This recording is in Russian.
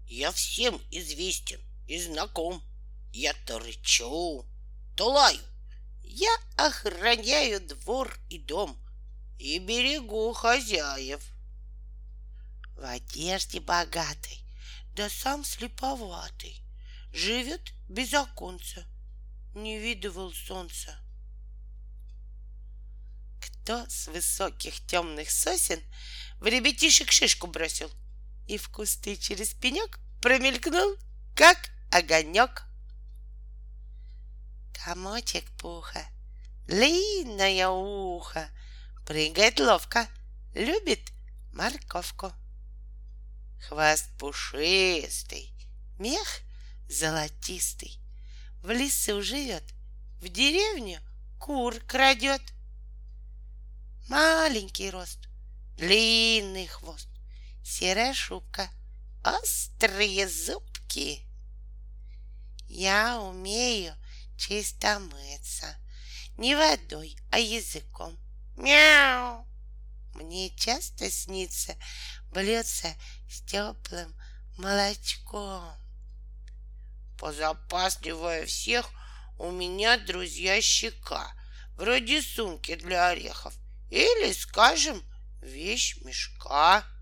Я всем известен и знаком. Я то рычу, то лаю. Я охраняю двор и дом и берегу хозяев. В одежде богатой, да сам слеповатый, живет без оконца, не видывал солнца. Кто с высоких темных сосен в ребятишек шишку бросил и в кусты через пенек промелькнул, как огонек? Комочек пуха, длинное ухо, прыгает ловко, любит морковку. Хвост пушистый, мех золотистый, в лесу живет, в деревню кур крадет. Маленький рост, длинный хвост, серая шубка, острые зубки. Я умею чисто мыться, не водой, а языком. Мяу! Мне часто снится блюдце с теплым молочком. Позапасливая всех, у меня друзья щека, вроде сумки для орехов или, скажем, вещь мешка.